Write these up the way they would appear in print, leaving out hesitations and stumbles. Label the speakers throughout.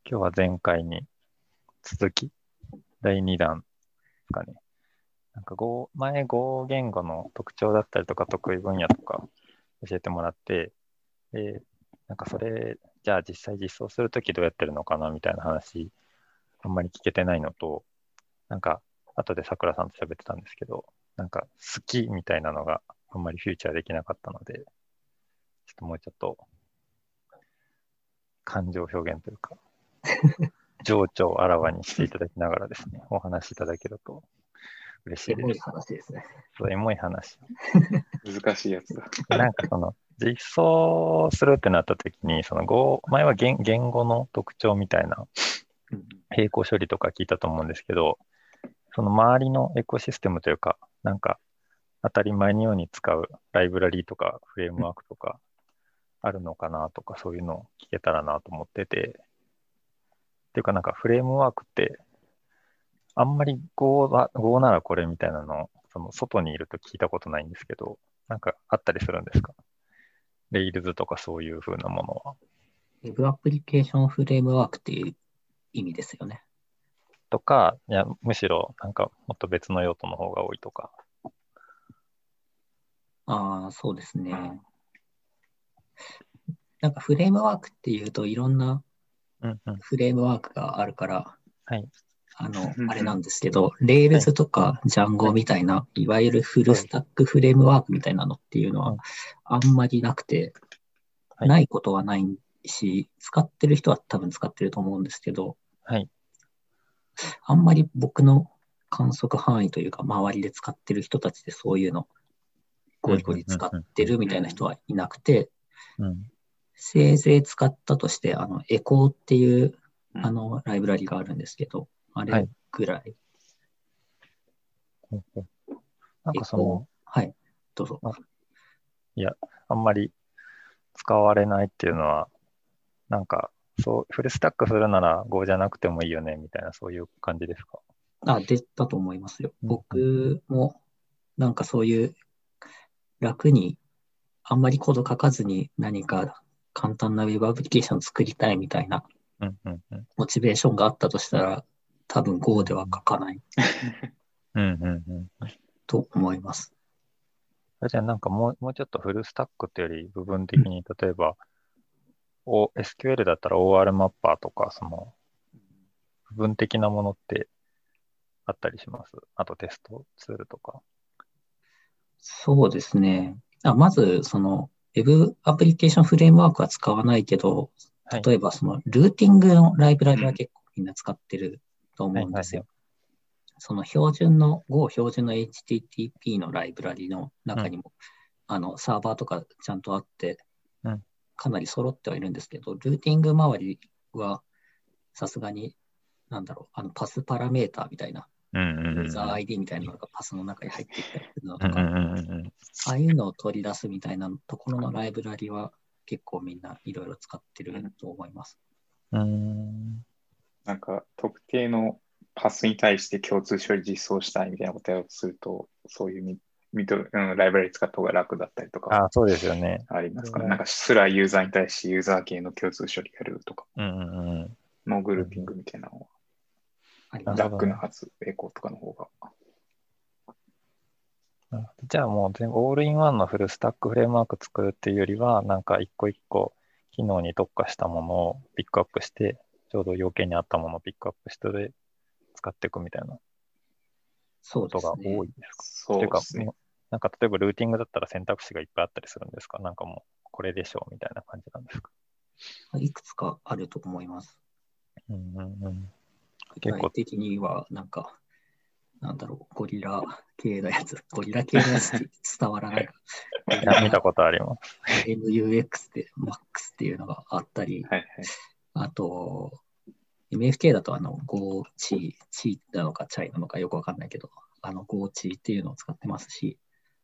Speaker 1: 今日は前回に続き、第2弾ですかね。なんか前語言語の特徴だったりとか得意分野とか教えてもらって、なんかそれ、じゃあ実際実装するときどうやってるのかなみたいな話、あんまり聞けてないのと、なんか後でさくらさんと喋ってたんですけど、なんか好きみたいなのがあんまりフューチャーできなかったので、ちょっともうちょっと感情表現というか、情緒をあらわにしていただきながらですね、お話しいただけると嬉しい
Speaker 2: エモい
Speaker 1: です。
Speaker 2: 話ですね。
Speaker 1: そう、エモい話。
Speaker 3: 難しいやつだ。
Speaker 1: なんか実装するってなった時に、前は言語の特徴みたいな並行処理とか聞いたと思うんですけど、その周りのエコシステムというか、なんか当たり前のように使うライブラリーとかフレームワークとかあるのかなとか、そういうのを聞けたらなと思ってて、っていうかなんかフレームワークってあんまりGoならこれみたいなの、その外にいると聞いたことないんですけど、なんかあったりするんですか？レイルズとかそういう風なものは。
Speaker 2: ウェブアプリケーションフレームワークっていう意味ですよね。
Speaker 1: とか、いや、むしろなんかもっと別の用途の方が多いとか。
Speaker 2: そうですね。なんかフレームワークっていうといろんな
Speaker 1: うんうん。
Speaker 2: フレームワークがあるから、
Speaker 1: はい。
Speaker 2: あれなんですけど、Rails とか Django みたいな、いわゆるフルスタックフレームワークみたいなのっていうのはあんまりなくて、
Speaker 1: はい
Speaker 2: ないことはないし、使ってる人は多分使ってると思うんですけど、
Speaker 1: はい。
Speaker 2: あんまり僕の観測範囲というか、周りで使ってる人たちでそういうのゴリゴリ使ってるみたいな人はいなくて、せいぜい使ったとして、エコーっていうライブラリがあるんですけど、あれぐらい。
Speaker 1: なんか
Speaker 2: はい、どうぞ。
Speaker 1: いや、あんまり使われないっていうのは、なんか、フルスタックするなら Go じゃなくてもいいよね、みたいな、そういう感じですか？
Speaker 2: だと思いますよ。僕も、なんかそういう楽に、あんまりコード書かずに何か簡単な Web アプリケーション作りたいみたいなモチベーションがあったとしたら、多分 Go では書かないと思います。
Speaker 1: じゃあなんかもうちょっとフルスタックっていうより部分的に、例えば、SQL だったら OR マッパーとか、部分的なものってあったりします？あとテストツールとか。
Speaker 2: そうですね。まず、Web アプリケーションフレームワークは使わないけど、例えばルーティングのライブラリは結構みんな使ってると思うんですよ。その標準の Go 標準の HTTP のライブラリの中にも、サーバーとかちゃんとあって、かなり揃ってはいるんですけど、ルーティング周りはさすがに、パスパラメーターみたいな、ユーザー ID みたいなのがパスの中に入ってきたりするのとか、ああいうのを取り出すみたいなところのライブラリは結構みんないろいろ使ってると思います。
Speaker 3: なんか特定のパスに対して共通処理実装したいみたいなことをやろうとすると、そういうライブラリ使った方が楽だったりとか、
Speaker 1: そうですよね。
Speaker 3: ありますかね。なんかすらユーザーに対してユーザー系の共通処理やるとか、のグルーピングみたいなのは、楽なはず、エコーとかの方が。
Speaker 1: じゃあもう全部オールインワンのフルスタックフレームワーク作るっていうよりは、なんか一個一個機能に特化したものをピックアップして、ちょうど要件に合ったものをピックアップしてで使っていくみたいなことが多いですか？
Speaker 3: そうですね。
Speaker 1: なんか例えばルーティングだったら選択肢がいっぱいあったりするんですか？なんかもうこれでしょうみたいな感じなんですか？
Speaker 2: いくつかあると思います。具体的には、ゴリラ系のやつ。ゴリラ系のやつって伝わらないか。
Speaker 1: 見たことあります。
Speaker 2: MUX で MAX っていうのがあったり、あと、MFK だとゴーチーなのかチャイなのかよくわかんないけど、ゴーチーっていうのを使ってますし、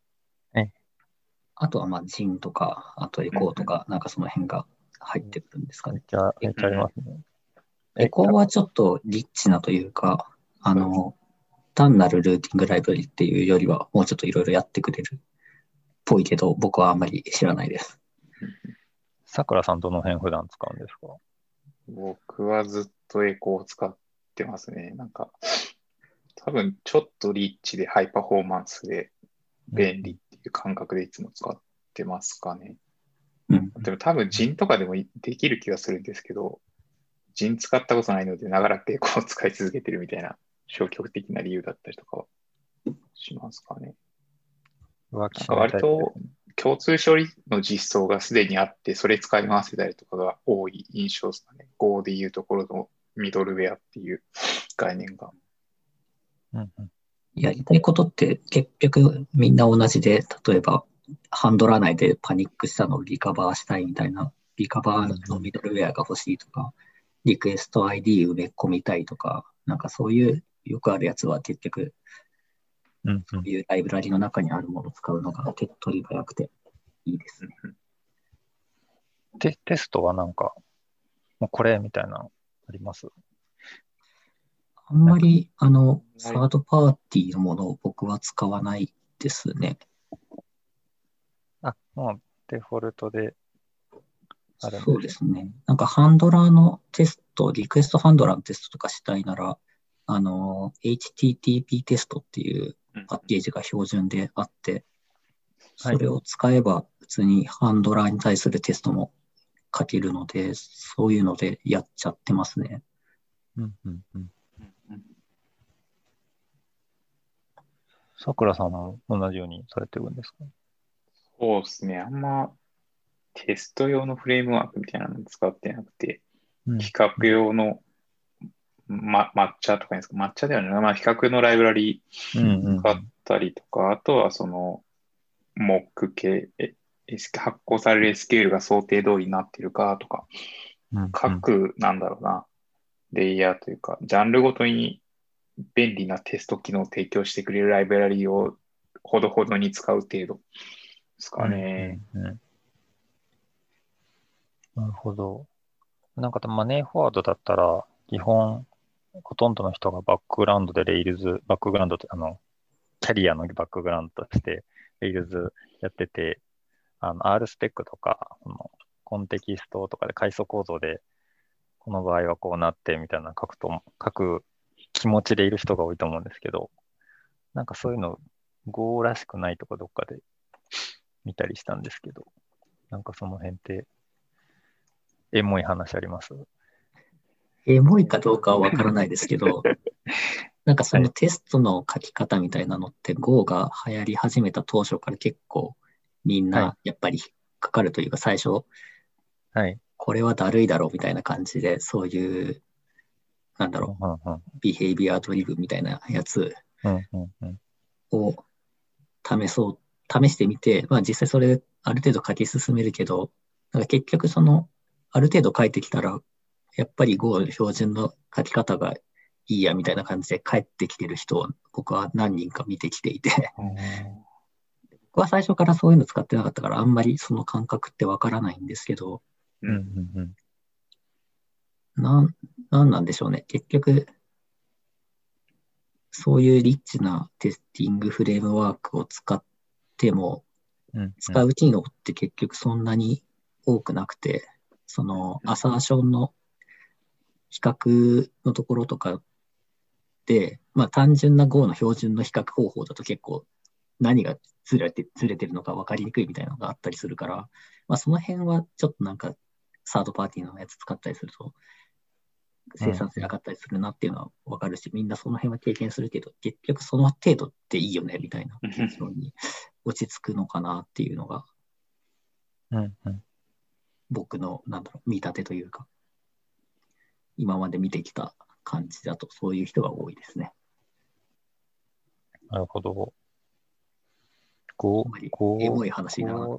Speaker 2: あとはジンとか、あとエコーとか、なんかその辺が入ってくるんですかね。
Speaker 1: めっちゃありますね。
Speaker 2: エコーはちょっとリッチなというか、単なるルーティングライブラリっていうよりは、もうちょっといろいろやってくれるっぽいけど、僕はあんまり知らないです。
Speaker 1: さくらさんどの辺普段使うんですか？
Speaker 3: 僕はずっとエコーを使ってますね。なんか、多分ちょっとリッチでハイパフォーマンスで便利っていう感覚でいつも使ってますかね。
Speaker 2: うん。
Speaker 3: でも多分ジンとかでもできる気がするんですけど、ジン使ったことないので長らくエコーを使い続けてるみたいな消極的な理由だったりとかはしますかね。なんか割と共通処理の実装がすでにあって、それ使い回せたりとかが多い印象ですかね。Go でいうところのミドルウェアっていう概念が。
Speaker 1: うんうん、
Speaker 2: やりたいことって結局みんな同じで、例えばハンドラー内でパニックしたのをリカバーしたいみたいな、リカバーのミドルウェアが欲しいとか、リクエスト ID 埋め込みたいとか、なんかそういうよくあるやつは結局、そういうライブラリの中にあるものを使うのが手っ取り早くていいですね。
Speaker 1: テストはなんか、もうこれみたいなのあります？
Speaker 2: あんまり、サードパーティーのものを僕は使わないですね。
Speaker 1: もうデフォルトであるんです。
Speaker 2: そうですね。なんかハンドラーのテスト、リクエストハンドラーのテストとかしたいなら、HTTP テストっていうパッケージが標準であって、それを使えば普通にハンドラーに対するテストも書けるので、そういうのでやっちゃってますね。
Speaker 1: さくらさんも同じようにされてるんですか？
Speaker 3: そうですね。あんまテスト用のフレームワークみたいなの使ってなくて、比較用の、抹茶とかですか、抹茶ではない、比較のライブラリ使ったりとか、あとはその、モック系、発行される SQL が想定通りになっているかとか、各、なんだろうな、レイヤーというか、ジャンルごとに便利なテスト機能を提供してくれるライブラリをほどほどに使う程度ですかね。
Speaker 1: なるほど。なんかマネーフォワードだったら、基本、ほとんどの人がバックグラウンドでレイルズ、バックグラウンドって、キャリアのバックグラウンドとして、レイルズやってて、R スペックとか、コンテキストとかで階層構造で、この場合はこうなってみたいな書く気持ちでいる人が多いと思うんですけど、なんかそういうの、Go らしくないとかどっかで見たりしたんですけど、なんかその辺って、エモい話あります？
Speaker 2: エモいかどうかはわからないですけど、なんかそのテストの書き方みたいなのって Go が流行り始めた当初から結構みんなやっぱりかかるというか最初、これはだるいだろうみたいな感じで、そういう、なんだろう、ビヘイビアドリブみたいなやつを試してみて、まあ実際それある程度書き進めるけど、なんか結局その、ある程度書いてきたら、やっぱり Go 標準の書き方がいいやみたいな感じで帰ってきてる人を僕は何人か見てきていて僕は最初からそういうの使ってなかったからあんまりその感覚ってわからないんですけど、なんなんでしょうね。結局、そういうリッチなテスティングフレームワークを使っても、使う機能って結局そんなに多くなくて、そのアサーションの比較のところとかで、まあ単純な Go の標準の比較方法だと結構何がずれてるのか分かりにくいみたいなのがあったりするから、まあその辺はちょっとなんかサードパーティーのやつ使ったりすると生産性上がったりするなっていうのは分かるし、みんなその辺は経験するけど、結局その程度っていいよねみたいな結論に落ち着くのかなっていうのが、僕の見立てというか、今まで見てきた感じだとそういう人が多いですね。
Speaker 1: なるほど。
Speaker 2: エモい話にならなかった。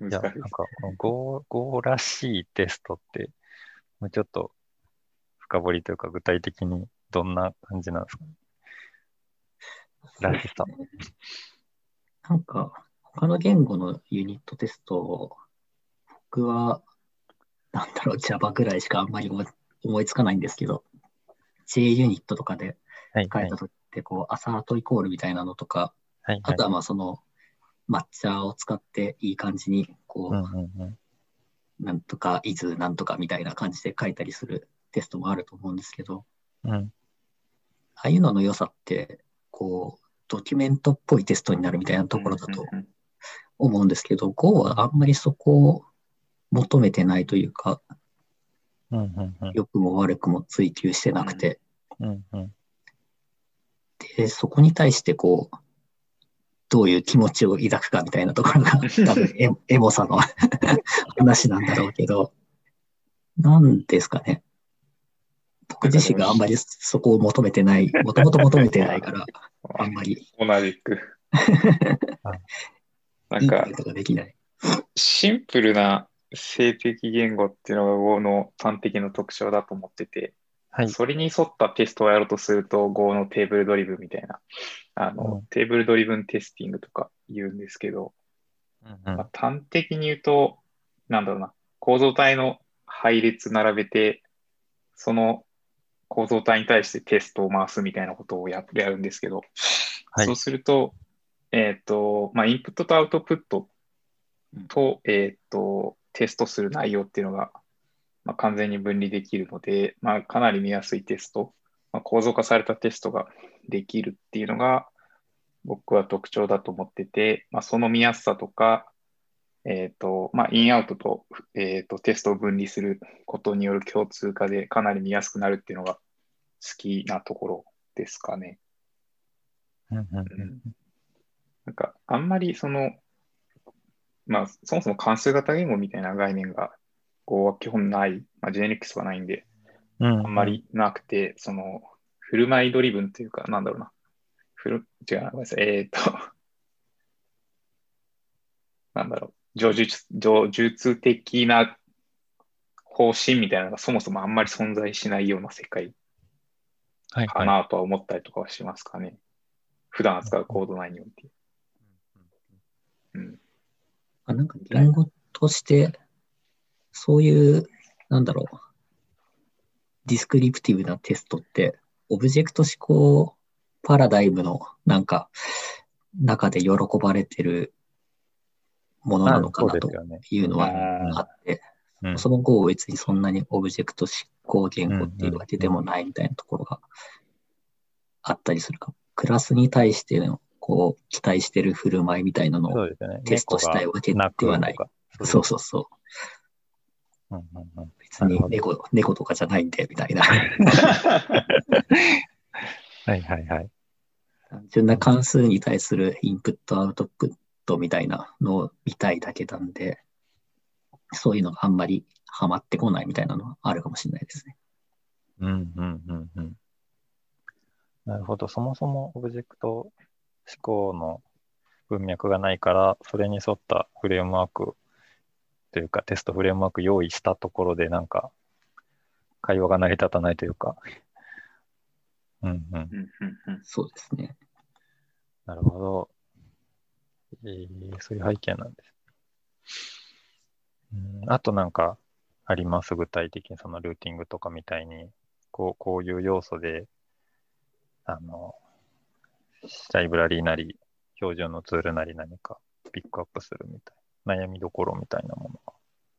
Speaker 1: いや、なんか、Go らしいテストって、もうちょっと深掘りというか、具体的にどんな感じなんですかね。らしさ。
Speaker 2: なんか、他の言語のユニットテスト、僕は、Java ぐらいしかあんまり思いつかないんですけど、J ユニットとかで使えたときって、アサートイコールみたいなのとか、あとはその、抹茶を使っていい感じに、 なんとか、is なんとかみたいな感じで書いたりするテストもあると思うんですけど、
Speaker 1: うん。
Speaker 2: ああいうのの良さって、こう、ドキュメントっぽいテストになるみたいなところだと思うんですけど、Go はあんまりそこを求めてないというか、
Speaker 1: うんうんうん。
Speaker 2: 良くも悪くも追求してなくて、
Speaker 1: うんうん。
Speaker 2: で、そこに対してこう、どういう気持ちを抱くかみたいなところが多分エモさの話なんだろうけど、なんですかね。僕自身があんまりそこを求めてない、もともと求めてないから、あんまり
Speaker 3: 同じく。なん
Speaker 2: いいコ
Speaker 3: か
Speaker 2: メントができない。
Speaker 3: シンプルな静的言語っていうのが Go の端的な特徴だと思ってて、
Speaker 1: はい。
Speaker 3: それに沿ったテストをやろうとすると Go のテーブルドリブンみたいな、テーブルドリブンテスティングとか言うんですけど、端的に言うと、なんだろうな、構造体の配列並べて、その構造体に対してテストを回すみたいなことをやるんですけど、
Speaker 1: はい。
Speaker 3: そうすると、インプットとアウトプットと、テストする内容っていうのが、完全に分離できるので、かなり見やすいテスト、構造化されたテストができるっていうのが、僕は特徴だと思ってて、その見やすさとか、インアウトと、テストを分離することによる共通化でかなり見やすくなるっていうのが好きなところですかね。なんか、あんまりその、そもそも関数型言語みたいな概念が、Go は基本ない、ジェネリクスはないんで、あんまりなくて、その、振る舞いドリブンというか、なんだろうな。違うな、ごめんなさい。なんだろう。叙述的な方針みたいなのがそもそもあんまり存在しないような世界かなとは思ったりとかはしますかね。普段扱うコード内において。
Speaker 2: なんか言語として、そういう、なんだろう、ディスクリプティブなテストって、オブジェクト思考パラダイムのなんか中で喜ばれてるものなのかなというのはあって、そのGoは別にそんなにオブジェクト思考言語っていうわけでもないみたいなところがあったりするか。クラスに対してのこう期待してる振る舞いみたいなのをテストしたいわけではない。そうそうそう。別に猫とかじゃないんで、みたいな。
Speaker 1: はいはいはい。
Speaker 2: 単純な関数に対するインプットアウトプットみたいなのを見たいだけなんで、そういうのがあんまりハマってこないみたいなのはあるかもしれないですね。
Speaker 1: なるほど。そもそもオブジェクト思考の文脈がないから、それに沿ったフレームワークというか、テストフレームワーク用意したところで、なんか、会話が成り立たないというか。
Speaker 2: そうですね。
Speaker 1: なるほど。そういう背景なんです。あとなんかあります具体的にそのルーティングとかみたいに、こういう要素で、ライブラリーなり、標準のツールなり何かピックアップするみたいな、悩みどころみたいなものが。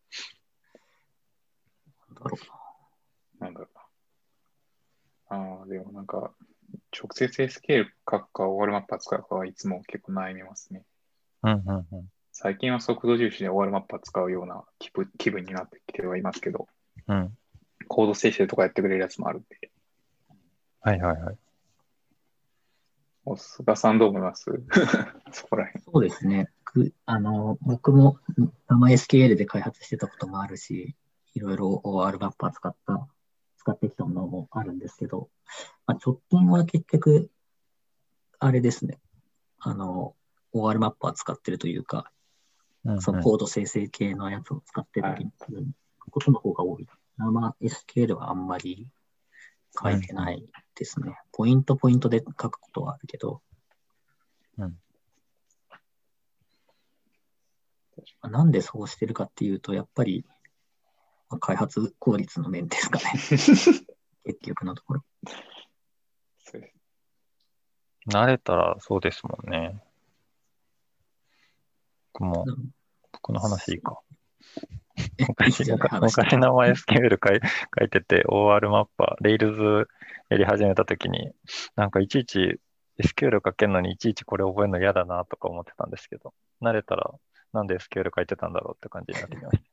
Speaker 3: なんだろうな。でもなんか、直接 SQL 書くか、オールマップ使うかはいつも結構悩みますね。最近は速度重視でオールマップ使うような気分になってきてはいますけど、コード生成とかやってくれるやつもあるんで。
Speaker 1: はいはいはい。
Speaker 3: 菅さんどう思いますそこら辺。
Speaker 2: そうですね。僕も生 SQL で開発してたこともあるし、いろいろ OR マッパー使ってきたものもあるんですけど、直近は結局、あれですね。OR マッパー使ってるというか、そのコード生成系のやつを使ってたりすることの方が多い。生 SQL はあんまり書いてないですね。ポイントで書くことはあるけど、なんでそうしてるかっていうと、やっぱり開発効率の面ですかね。結局のところ。
Speaker 1: 慣れたらそうですもんね。僕の話いいか。 昔、
Speaker 2: いいじゃない話だ。
Speaker 1: 昔の MySQL 書いてて、OR マッパー、Rails やり始めたときに、なんかいちいち SQL 書けるのにいちいちこれ覚えるの嫌だなとか思ってたんですけど、慣れたらなんで SQL 書いてたんだろうって感じになってきました。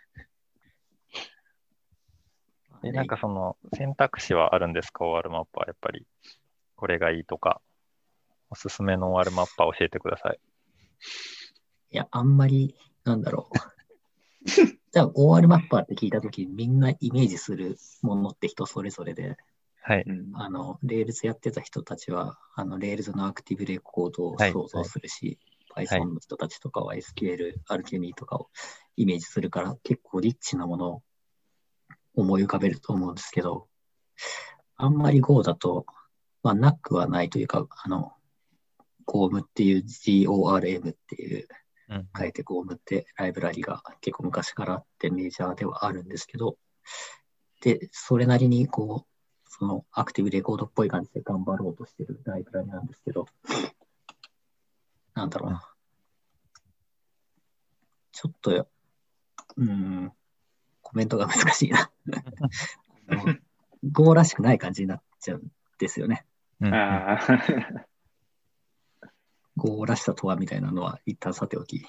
Speaker 1: なんかその選択肢はあるんですか？ OR マッパー。やっぱりこれがいいとか、おすすめの OR マッパー教えてください。
Speaker 2: いや、あんまり、なんだろう。じゃあ、OR マッパーって聞いたとき、みんなイメージするものって人それぞれで、
Speaker 1: はい。
Speaker 2: Rails やってた人たちは、Rails のアクティブレコードを
Speaker 1: はい。
Speaker 2: 想像するし、
Speaker 1: は
Speaker 2: Python
Speaker 1: い。
Speaker 2: の人たちとかは SQL、アルケミーとかをイメージするから、結構リッチなものを思い浮かべると思うんですけど、あんまり Go だと、まあ、なくはないというか、GOM っていう GORM っていう、
Speaker 1: うん
Speaker 2: 書いて GOM ってライブラリが結構昔からあってメジャーではあるんですけど、で、それなりにこう、そのアクティブレコードっぽい感じで頑張ろうとしてるライブラリなんですけど、なんだろう
Speaker 1: うん
Speaker 2: な。ちょっと、コメントが難しいな。Go らしくない感じになっちゃうんですよね。
Speaker 1: うん
Speaker 3: ああ、
Speaker 2: Go らしさとはみたいなのは一旦さておき。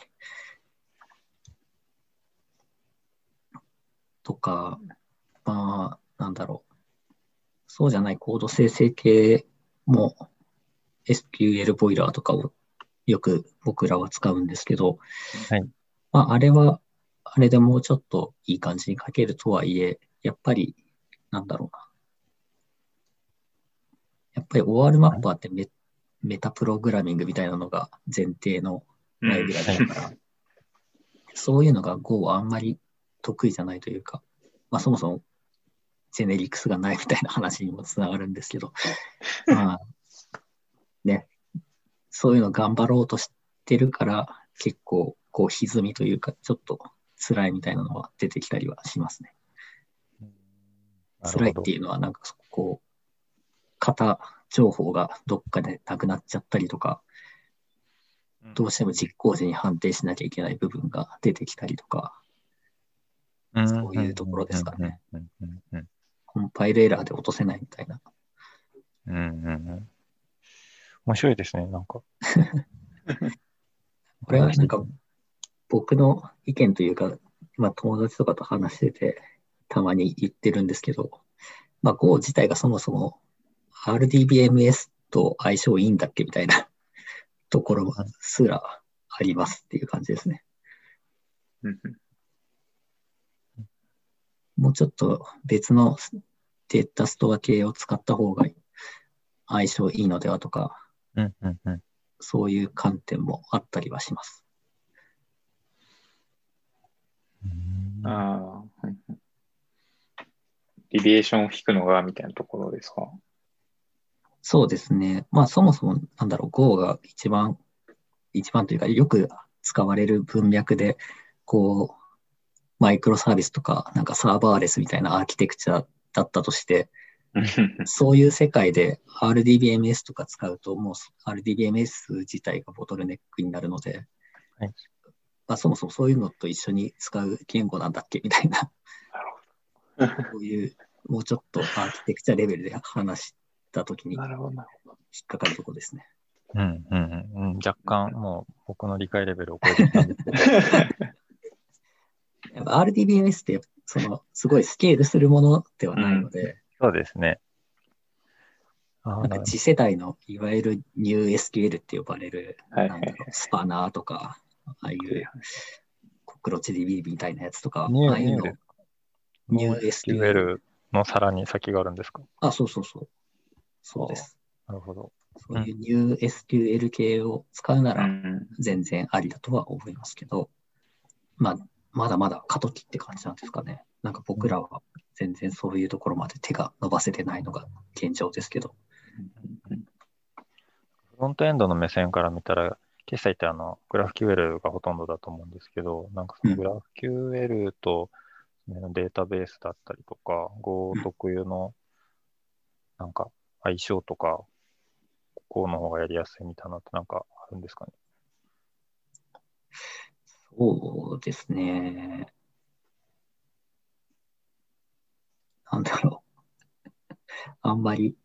Speaker 2: とか、まあ、なんだろう。そうじゃないコード生成系も SQL ボイラーとかをよく僕らは使うんですけど、
Speaker 1: はい。
Speaker 2: まあ、あれは、あれでもうちょっといい感じに書けるとはいえ、やっぱり、なんだろうな。やっぱり OR マッパーってメタプログラミングみたいなのが前提のライブラリだから、そういうのが Go はあんまり得意じゃないというか、まあそもそもジェネリクスがないみたいな話にもつながるんですけど、まあね、そういうの頑張ろうとしてるから、結構こう歪みというか、ちょっと辛いみたいなのは出てきたりはしますね。辛いって
Speaker 1: なるほど。
Speaker 2: いうのは、なんかこう、型情報がどっかでなくなっちゃったりとか、どうしても実行時に判定しなきゃいけない部分が出てきたりとか、
Speaker 1: うん、
Speaker 2: そう
Speaker 1: うん、
Speaker 2: いうところで
Speaker 1: うん、うん、
Speaker 2: すかね。
Speaker 1: うん、うん、うん、
Speaker 2: コンパイルエラーで落とせないみたいな。
Speaker 1: うん、うん。面白いですね、なんか。
Speaker 2: これはなんか僕の意見というか、まあ友達とかと話してて、たまに言ってるんですけど、まあ Go 自体がそもそも RDBMS と相性いいんだっけみたいなところすらありますっていう感じですね。もうちょっと別のデータストア系を使った方が相性いいのではとか、
Speaker 1: うん、うん、うん。
Speaker 2: そういう観点もあったりはします。
Speaker 3: ああ、リビエーションを引くのがみたいなところですか？
Speaker 2: そうですね。まあそもそもなんだろう、Go が一番というかよく使われる文脈で、こう、マイクロサービスとか、なんかサーバーレスみたいなアーキテクチャだったとして、そういう世界で RDBMS とか使うと、もう RDBMS 自体がボトルネックになるので、
Speaker 1: はい。
Speaker 2: まあ、そもそもそういうのと一緒に使う言語なんだっけみたいな、そういう、もうちょっとアーキテクチャレベルで話したときに引
Speaker 3: なるほど。
Speaker 2: っかかるところですね。
Speaker 1: うん、うん、うん。若干、もう僕の理解レベルを超えてきたんですけど。
Speaker 2: やっぱ RDBMS ってすごいスケールするものではないので、
Speaker 1: そうですね。
Speaker 2: なんか次世代のいわゆるニュー SQL って呼ばれる、なんだろう、スパナーとか、ああいうコクロチ DB みたいなやつとか、ああいうの、ニュー SQL。
Speaker 1: NoSQL のさらに先があるんですか？
Speaker 2: あ、そうそうそう。そうです。
Speaker 1: なるほど。
Speaker 2: そういうニュー SQL 系を使うなら
Speaker 3: うん
Speaker 2: 全然ありだとは思いますけど、まあ、まだまだ過渡期って感じなんですかね。なんか僕らは全然そういうところまで手が伸ばせてないのが現状ですけど。
Speaker 1: フロントエンドの目線から見たら、決済ってグラフ QL がほとんどだと思うんですけど、なんかそのグラフ QL と、データベースだったりとか、Go 特有のなんか相性とか、Go の方がやりやすいみたいなのってなんかあるんですかね。
Speaker 2: そうですね。 なんだろう。あんまり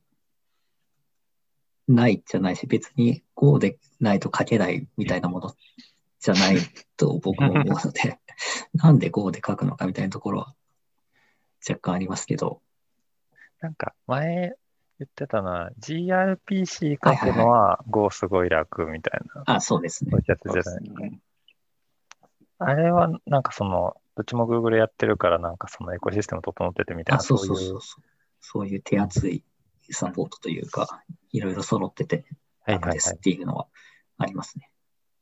Speaker 2: ないじゃないし、別に Go でないと書けないみたいなものじゃないと僕も思うので、なんで Go で書くのかみたいなところは若干ありますけど。
Speaker 1: なんか前言ってたのは gRPC 書く
Speaker 2: はいはいはい。
Speaker 1: のは Go すごい楽みたいな、
Speaker 2: あ、そうですね。
Speaker 1: そういうやつ
Speaker 3: そうです
Speaker 1: じゃないですか。
Speaker 3: ね。
Speaker 1: あれはなんかどっちも Google やってるからなんかそのエコシステム整っててみたい
Speaker 2: あ、
Speaker 1: な、
Speaker 2: そう
Speaker 1: そういう。
Speaker 2: そうそうそう。そういう手厚いサポートというか、いろいろ揃ってて
Speaker 1: はい
Speaker 2: 楽ですっ
Speaker 1: はいはい。
Speaker 2: ていうのはありますね。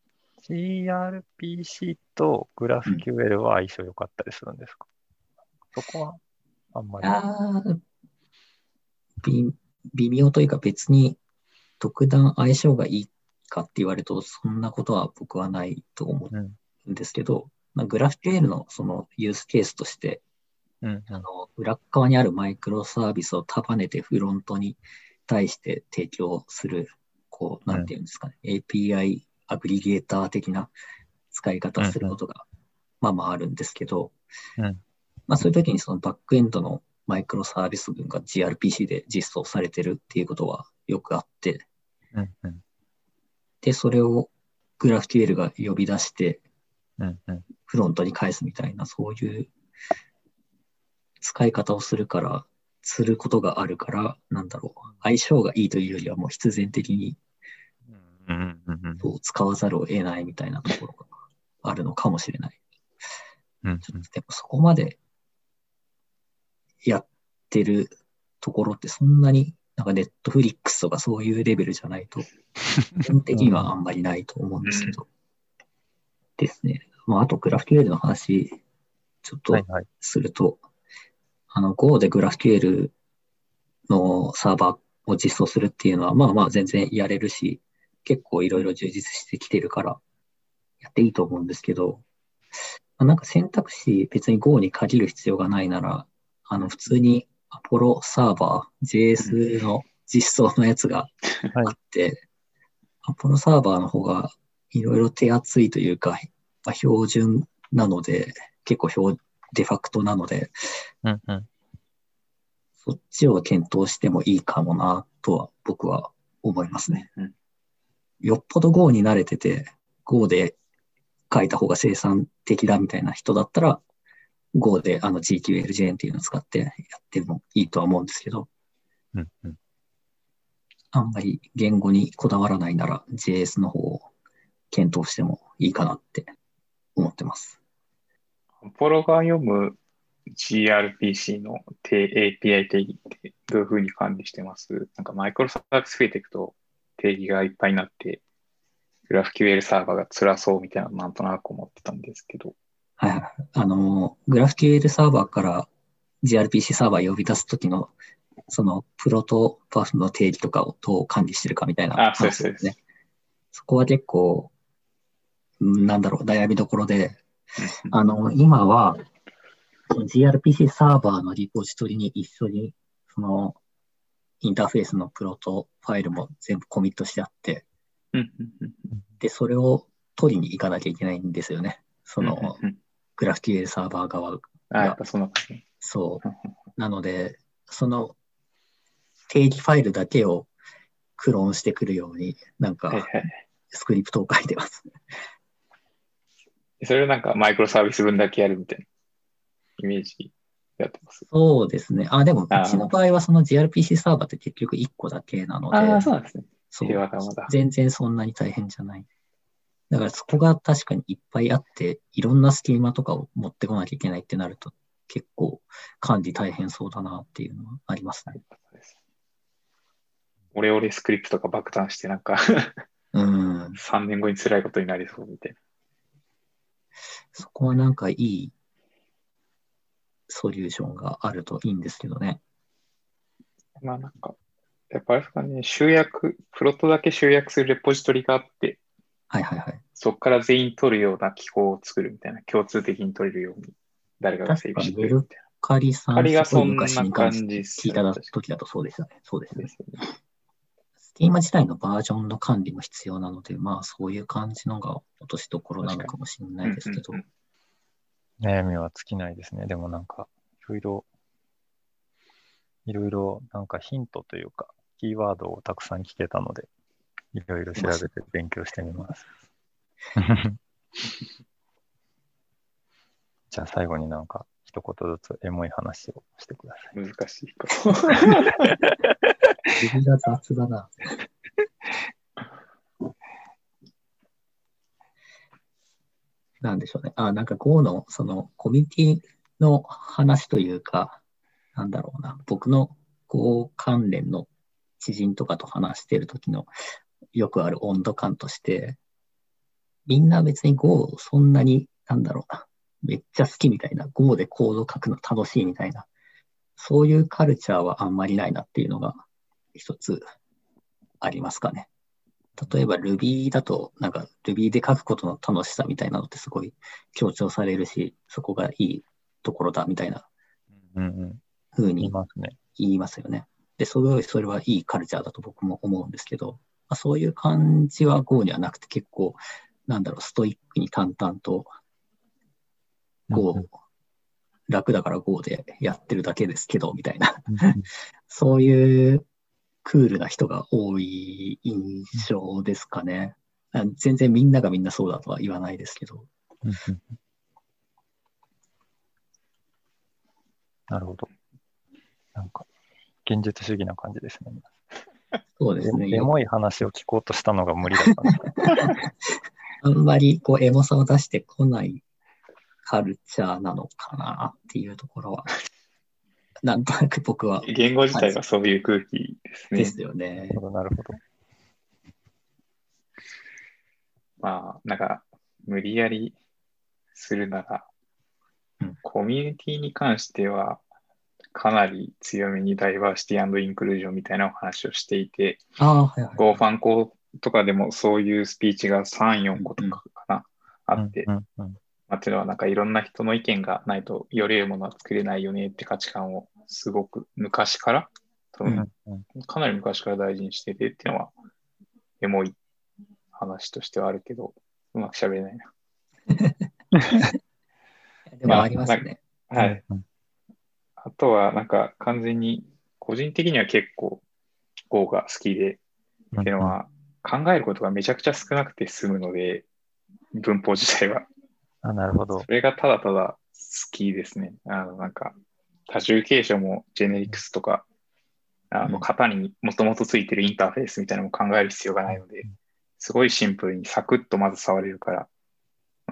Speaker 1: gRPC と
Speaker 2: うん。
Speaker 1: GraphQL は相性良かったりするんですか？そこはあんまり。
Speaker 2: あー、び微妙というか別に特段相性がいいかって言われると、そんなことは僕はないと思
Speaker 1: うん。
Speaker 2: うんですけど、まあ、グラフ QL のそのユースケースとして、
Speaker 1: うんうん。
Speaker 2: 裏側にあるマイクロサービスを束ねてフロントに対して提供する、こう、なん
Speaker 1: うん。
Speaker 2: ていうんですかね、API アグリゲーター的な使い方を
Speaker 1: うんうん。
Speaker 2: することが、まあまああるんですけど、
Speaker 1: うん。
Speaker 2: まあそういう時にそのバックエンドのマイクロサービス群が gRPC で実装されてるっていうことはよくあって、
Speaker 1: うんうん。
Speaker 2: で、それを GraphQL が呼び出して、
Speaker 1: うんうん。
Speaker 2: フロントに返すみたいな、そういう使い方をすることがあるから、なんだろう、相性がいいというよりはもう必然的に
Speaker 1: うんうんうん
Speaker 2: そう使わざるを得ないみたいなところがあるのかもしれない。
Speaker 1: うんうん。
Speaker 2: ちょっとでもそこまでやってるところってそんなになんかネットフリックスとかそういうレベルじゃないと、基本的にはあんまりないと思うん
Speaker 3: うん。
Speaker 2: ですけどですね。まあ、あとグラフ QL の話、ちょっと
Speaker 1: はいはい。
Speaker 2: すると、Go でグラフ QL のサーバーを実装するっていうのは、まあまあ全然やれるし、結構いろいろ充実してきてるからやっていいと思うんですけど、まあ、なんか選択肢別に Go に限る必要がないなら、普通にアポロサーバー、
Speaker 3: うん。
Speaker 2: JS の実装のやつが
Speaker 1: はい。
Speaker 2: あって、アポロサーバーの方がいろいろ手厚いというか、まあ、標準なので、結構デファクトなので、
Speaker 1: うんうん。
Speaker 2: そっちを検討してもいいかもなとは僕は思いますね。
Speaker 3: うん。
Speaker 2: よっぽど Go に慣れてて、Go で書いた方が生産的だみたいな人だったら、Go でGQLJN っていうのを使ってやってもいいとは思うんですけど、
Speaker 1: うんうん。
Speaker 2: あんまり言語にこだわらないなら JS の方を検討してもいいかなって思ってます。
Speaker 3: アポロが読む gRPC のAPI 定義ってどういうふうに管理してます？なんかマイクロサービス増えていくと定義がいっぱいになって、グラフ QL サーバーが辛そうみたいなのなんとなく思ってたんですけど。
Speaker 2: はいはい。GraphQL サーバーから gRPC サーバー呼び出すときの、そのプロトパスの定義とかをどう管理してるかみたいな
Speaker 3: あ、そうです、
Speaker 2: 話ですね。
Speaker 3: そうです。
Speaker 2: そこは結構、なんだろう、悩みどころで、
Speaker 3: うんうん。
Speaker 2: 今は gRPC サーバーのリポジトリに一緒に、そのインターフェースのプロトファイルも全部コミットしてあって、
Speaker 3: うんうんうん。
Speaker 2: で、それを取りに行かなきゃいけないんですよね。そ
Speaker 3: うん
Speaker 2: の、
Speaker 3: うん。
Speaker 2: GraphQL サーバー側
Speaker 3: あ、やっ
Speaker 2: が。
Speaker 3: ぱそんな感じね。
Speaker 2: そう。なので、その定義ファイルだけをクローンしてくるように、なんか、
Speaker 3: はいはい。
Speaker 2: スクリプトを書いてます。
Speaker 3: それをなんかマイクロサービス分だけやるみたいなイメージやってます。
Speaker 2: そうですね。あ、でも、うちの
Speaker 3: あ
Speaker 2: 場合はその gRPC サーバーって結局1個だけなの
Speaker 3: あ、
Speaker 2: で、
Speaker 3: そうなんですね。
Speaker 2: そう、
Speaker 3: まだまだ。
Speaker 2: 全然そんなに大変じゃない。だからそこが確かにいっぱいあって、いろんなスキーマとかを持ってこなきゃいけないってなると、結構管理大変そうだなっていうのはありますね。
Speaker 3: オレオレスクリプトが爆誕してなんか
Speaker 2: うん。
Speaker 3: 3年後に辛いことになりそうみたい
Speaker 2: そこはなんかいいソリューションがあるといいんですけどね。
Speaker 3: な。まあなんか、やっぱあれですかね、プロットだけ集約するレポジトリがあって、
Speaker 2: はいはいはい。
Speaker 3: そこから全員取るような機構を作るみたいな、共通的に取れるように誰かが整備して
Speaker 2: 確かメル
Speaker 3: くれるみたいな。
Speaker 2: カリさん
Speaker 3: 仮が
Speaker 2: すごい
Speaker 3: そんな
Speaker 2: 昔に
Speaker 3: 感じですよね、
Speaker 2: 聞いた
Speaker 3: 確か
Speaker 2: 時だとそうでしたね。そうです
Speaker 3: に。
Speaker 2: よね。
Speaker 3: ですよね。
Speaker 2: スキーマ自体のバージョンの管理も必要なので、まあそういう感じのが落としどころな
Speaker 3: 確かに。
Speaker 2: のかもしれな
Speaker 3: う
Speaker 2: いですけど。
Speaker 3: んうんうん。
Speaker 1: 悩みは尽きないですね。でもなんか、いろいろいろいろなんかヒントというか、キーワードをたくさん聞けたので、いろいろ調べて勉強してみます。じゃあ最後になんか一言ずつエモい話をしてください。
Speaker 3: 難しいこと。
Speaker 2: 指が雑だな。なんでしょうね。なんか Go のそのコミュニティの話というか、なんだろうな。僕の Go 関連の知人とかと話している時のよくある温度感として、みんな別に Go そんなに、なんだろうな。めっちゃ好きみたいな。Go でコード書くの楽しいみたいな。そういうカルチャーはあんまりないなっていうのが一つありますかね。例えば Ruby だと、なんか Ruby で書くことの楽しさみたいなのってすごい強調されるし、そこがいいところだみたいな風に言いますよね。で、それはいいカルチャーだと僕も思うんですけど、そういう感じは Go にはなくて結構、なんだろう、ストイックに淡々と Go、楽だから Go でやってるだけですけど、みたいな。そういうクールな人が多い印象ですかね。全然みんながみんなそうだとは言わないですけど。
Speaker 1: なるほど。なんか、現実主義な感じですね。
Speaker 2: そうですね。
Speaker 1: エモい話を聞こうとしたのが無理だったんですか？
Speaker 2: あんまりこうエモさを出してこないカルチャーなのかなっていうところは、なんとなく僕は。
Speaker 3: 言語自体がそういう空気ですね。
Speaker 2: ですよね。
Speaker 1: なるほど、なるほど。
Speaker 3: まあ、なんか、無理やりするなら、コミュニティに関しては、かなり強めにダイバーシティ&インクルージョンみたいなお話をしていて、Go ファンコとかでもそういうスピーチが3、4個とかかな、あって、っていうのはなんかいろんな人の意見がないとより良いものは作れないよねって価値観をすごく昔から、かなり昔から大事にしててっていうのは、エモい話としてはあるけど、うまく喋れないな。
Speaker 2: でもありますね。
Speaker 3: はい。あとは、なんか完全に、個人的には結構 Go が好きで、っていうのは、考えることがめちゃくちゃ少なくて済むので、文法自体は。
Speaker 1: なるほど。
Speaker 3: それがただただ好きですね。なんか、多重継承もジェネリクスとか、型にもともとついてるインターフェースみたいなのも考える必要がないので、すごいシンプルにサクッとまず触れるから、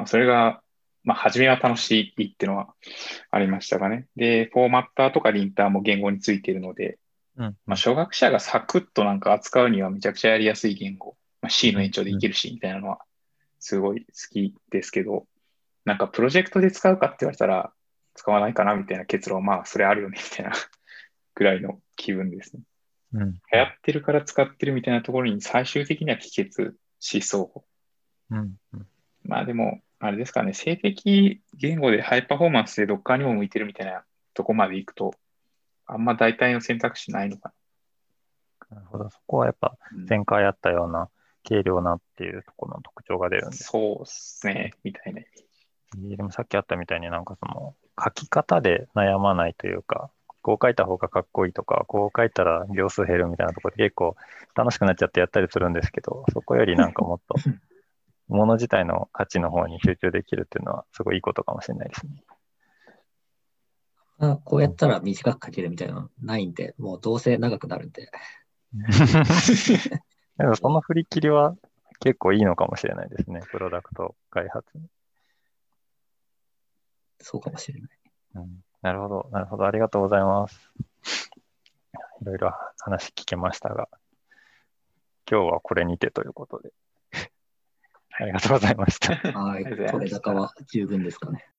Speaker 3: それが、初めは楽しいっていうのはありましたかね。で、フォーマッターとかリンターも言語についているので、初学者がサクッとなんか扱うにはめちゃくちゃやりやすい言語、C の延長でいけるし、みたいなのはすごい好きですけど、なんかプロジェクトで使うかって言われたら使わないかなみたいな結論は、それあるよね、みたいなぐらいの気分ですね。流行ってるから使ってるみたいなところに最終的には帰結しそう。でも、あれですかね、静的言語でハイパフォーマンスで Docker にも向いてるみたいなとこまで行くと、あんま代替の選択肢ないのか
Speaker 1: な。なるほど。そこはやっぱ前回あったような軽量なっていうところの特徴が出るんです。
Speaker 3: そうですね、みたいなイメージ。
Speaker 1: でもさっきあったみたいになんかその書き方で悩まないというか、こう書いた方がかっこいいとか、こう書いたら行数減るみたいなところで結構楽しくなっちゃってやったりするんですけど、そこよりなんかもっともの自体の価値の方に集中できるっていうのはすごいいいことかもしれないですね。
Speaker 2: こうやったら短く書けるみたいなのないんで、もうどうせ長くなるんで。
Speaker 1: でもその振り切りは結構いいのかもしれないですね、プロダクト開発に。
Speaker 2: そうかもしれない。
Speaker 1: なるほど、なるほど、ありがとうございます。いろいろ話聞けましたが、今日はこれにてということで。ありがとうございました。
Speaker 2: はい、取れ高は十分ですかね。